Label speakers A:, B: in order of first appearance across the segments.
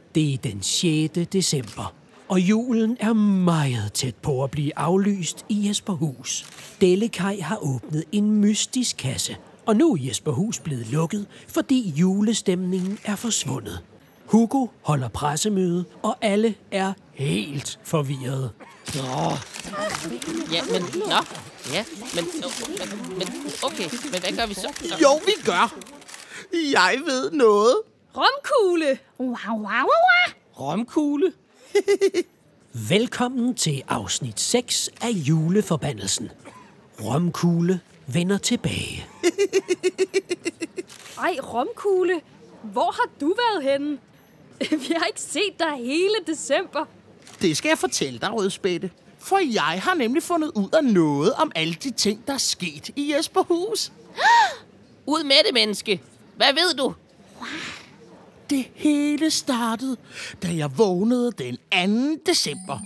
A: Det er den 6. december, og julen er meget tæt på at blive aflyst i Jesperhus. Dellekaj har åbnet en mystisk kasse, og nu er Jesperhus blevet lukket, fordi julestemningen er forsvundet. Hugo holder pressemøde, og alle er helt forvirrede.
B: Okay, men hvad gør vi så?
C: Jo, vi gør. Jeg ved noget.
D: Romkugle!
B: Romkugle?
A: Velkommen til afsnit 6 af Juleforbandelsen. Romkugle vender tilbage.
D: Ej, Romkugle, hvor har du været henne? Vi har ikke set dig hele december.
C: Det skal jeg fortælle dig, Rødspætte. For jeg har nemlig fundet ud af noget om alle de ting, der er sket i Jesperhus.
B: Ud med det, menneske. Hvad ved du?
C: Det hele startede, da jeg vågnede den 2. december.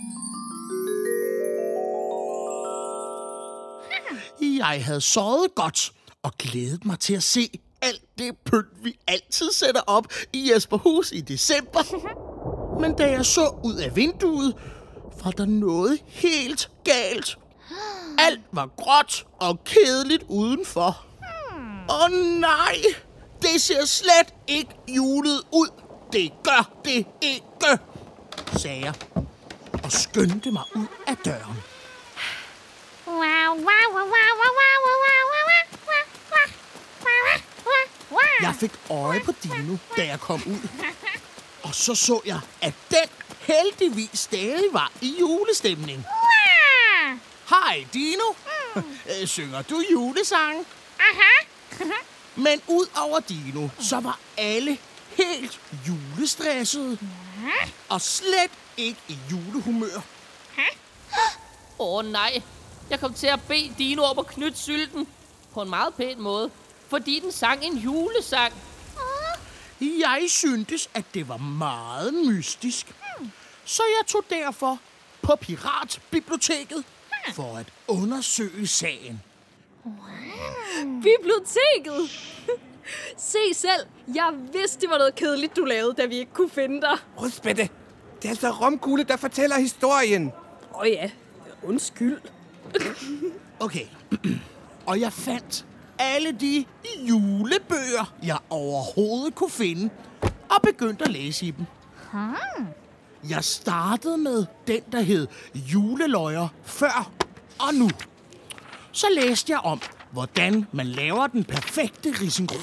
C: Jeg havde sovet godt og glædet mig til at se alt det pynt, vi altid sætter op i Jesperhus i december. Men da jeg så ud af vinduet, var der noget helt galt. Alt var gråt og kedeligt udenfor. Nej, det ser slet ikke julet ud. Det gør det ikke, sagde jeg og skyndte mig ud af døren. Jeg fik øje på Dino, da jeg kom ud. Og så jeg, at den heldigvis stadig var i julestemning. Hej, Dino. Synger du julesange? Men ud over Dino, så var alle helt julestressede. Og slet ikke i julehumør.
B: Nej. Jeg kom til at bede Dino om at knytte sylten. På en meget pæn måde. Fordi den sang en julesang.
C: Jeg syntes, at det var meget mystisk. Så jeg tog derfor på Piratbiblioteket for at undersøge sagen.
D: Biblioteket! Se selv, jeg vidste, det var noget kedeligt, du lavede, da vi ikke kunne finde dig.
E: Rødspætte, det er altså Romkugle, der fortæller historien.
D: Ja, undskyld.
C: Okay, og jeg fandt alle de julebøger, jeg overhovedet kunne finde, og begyndte at læse i dem. Jeg startede med den, der hed Juleløjer før og nu. Så læste jeg om, hvordan man laver den perfekte risengrød.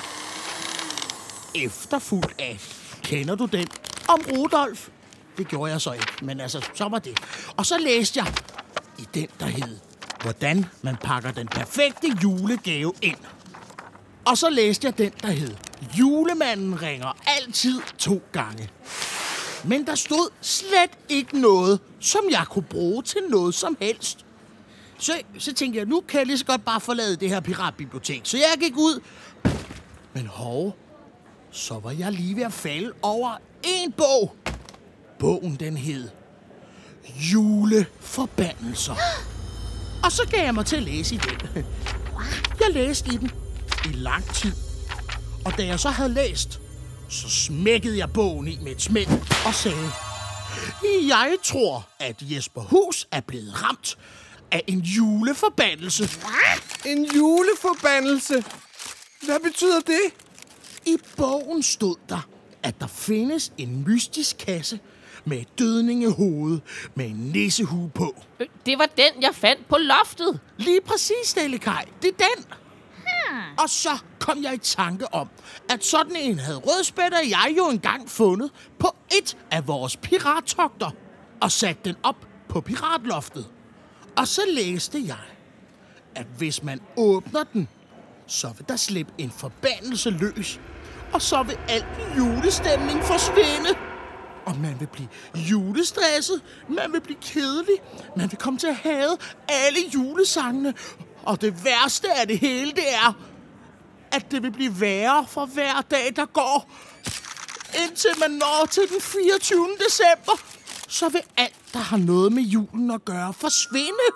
C: Efterfulgt af, kender du den, om Rudolf? Det gjorde jeg så ikke, men altså, så var det. Og så læste jeg i den, der hed, hvordan man pakker den perfekte julegave ind. Og så læste jeg den, der hed, julemanden ringer altid 2 gange. Men der stod slet ikke noget, som jeg kunne bruge til noget som helst. Så tænkte jeg, nu kan jeg lige så godt bare forlade det her piratbibliotek. Så jeg gik ud. Men så var jeg lige ved at falde over en bog. Bogen, den hed Juleforbandelser. Og så gav jeg mig til at læse i den. Jeg læste i den i lang tid. Og da jeg så havde læst, så smækkede jeg bogen i med et smæk og sagde, jeg tror, at Jesperhus er blevet ramt af en juleforbandelse.
E: En juleforbandelse? Hvad betyder det?
C: I bogen stod der, at der findes en mystisk kasse med et dødningehoved med en nissehue på.
B: Det var den, jeg fandt på loftet.
C: Lige præcis, Dellekaj. Det er den. Og så kom jeg i tanke om, at sådan en havde Rødspætte og jeg jo engang fundet på et af vores pirattogter og satte den op på piratloftet. Og så læste jeg, at hvis man åbner den, så vil der slippe en forbandelse løs, og så vil al julestemning forsvinde. Og man vil blive julestresset, man vil blive kedelig, man vil komme til at hade alle julesangene. Og det værste af det hele, det er, at det vil blive værre for hver dag, der går. Indtil man når til den 24. december, så vil alt, der har noget med julen at gøre, forsvinde.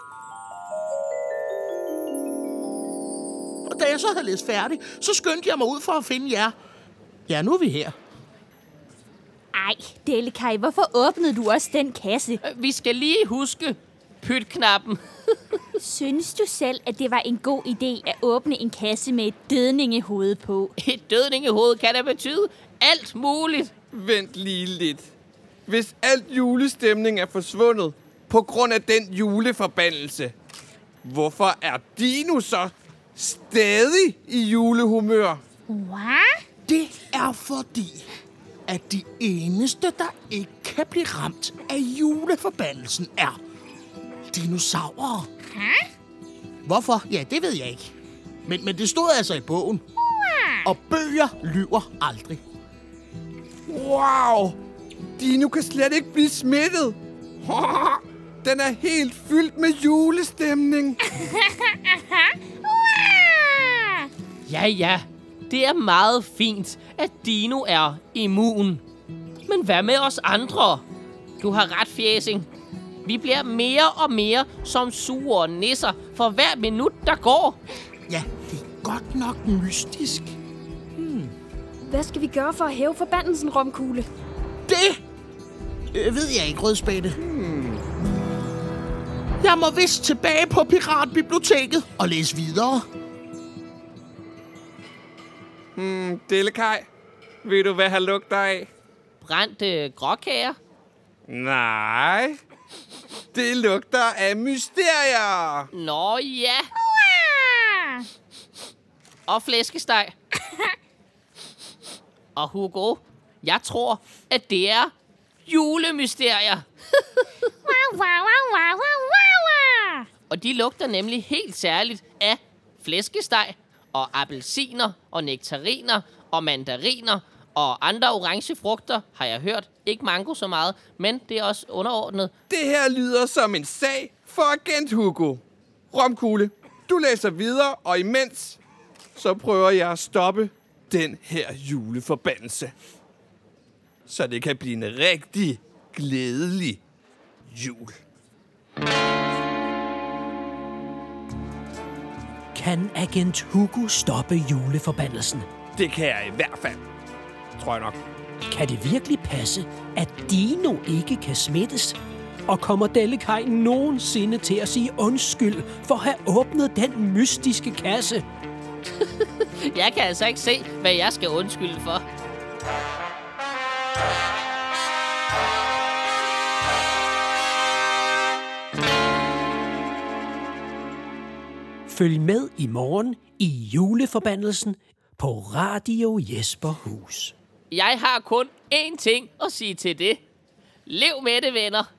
C: Og da jeg så havde læst færdig, så skyndte jeg mig ud for at finde jer. Ja, nu er vi her.
F: Ej, Delicate, hvorfor åbnede du også den kasse?
B: Vi skal lige huske pytknappen.
F: Synes du selv, at det var en god idé at åbne en kasse med et dødningehoved på?
B: Et dødningehoved kan da betyde alt muligt.
E: Vent lige lidt. Hvis alt julestemning er forsvundet på grund af den juleforbandelse, hvorfor er Dino så stadig i julehumør?
F: Hvad?
C: Det er fordi, at de eneste, der ikke kan blive ramt af juleforbandelsen, er dinosaurer.
F: Hæ?
C: Hvorfor? Ja, det ved jeg ikke. Men det stod altså i bogen. Og bøger lyver aldrig.
E: Wow! Dino kan slet ikke blive smittet. Den er helt fyldt med julestemning.
B: Ja, det er meget fint, at Dino er immun. Men hvad med os andre? Du har ret, Fjæsing. Vi bliver mere og mere som sure nisser for hver minut, der går.
C: Ja, det er godt nok mystisk.
D: Hvad skal vi gøre for at hæve forbandelsen, Romkugle?
C: Det ved jeg ikke, Rødspætte. Jeg må vist tilbage på Piratbiblioteket og læse videre.
E: Delicate, ved du, hvad han lugter af?
B: Brændte gråkager.
E: Nej, det lugter af mysterier.
B: Nå ja. Og flæskesteg. Og Hugo, jeg tror, at det er julemysterier. Og de lugter nemlig helt særligt af flæskesteg og appelsiner og nektariner og mandariner og andre orange frugter, har jeg hørt. Ikke mango så meget, men det er også underordnet.
E: Det her lyder som en sag for agent Hugo. Romkugle, du læser videre, og imens så prøver jeg at stoppe den her juleforbandelse. Så det kan blive en rigtig glædelig jul.
A: Kan agent Hugo stoppe juleforbandelsen?
E: Det kan jeg i hvert fald. Tror jeg nok.
A: Kan det virkelig passe, at Dino ikke kan smittes? Og kommer Delicate nogensinde til at sige undskyld for at have åbnet den mystiske kasse?
B: Jeg kan altså ikke se, hvad jeg skal undskylde for.
A: Følg med i morgen i juleforbandelsen på Radio Jesperhus.
B: Jeg har kun én ting at sige til det. Lev med det, venner.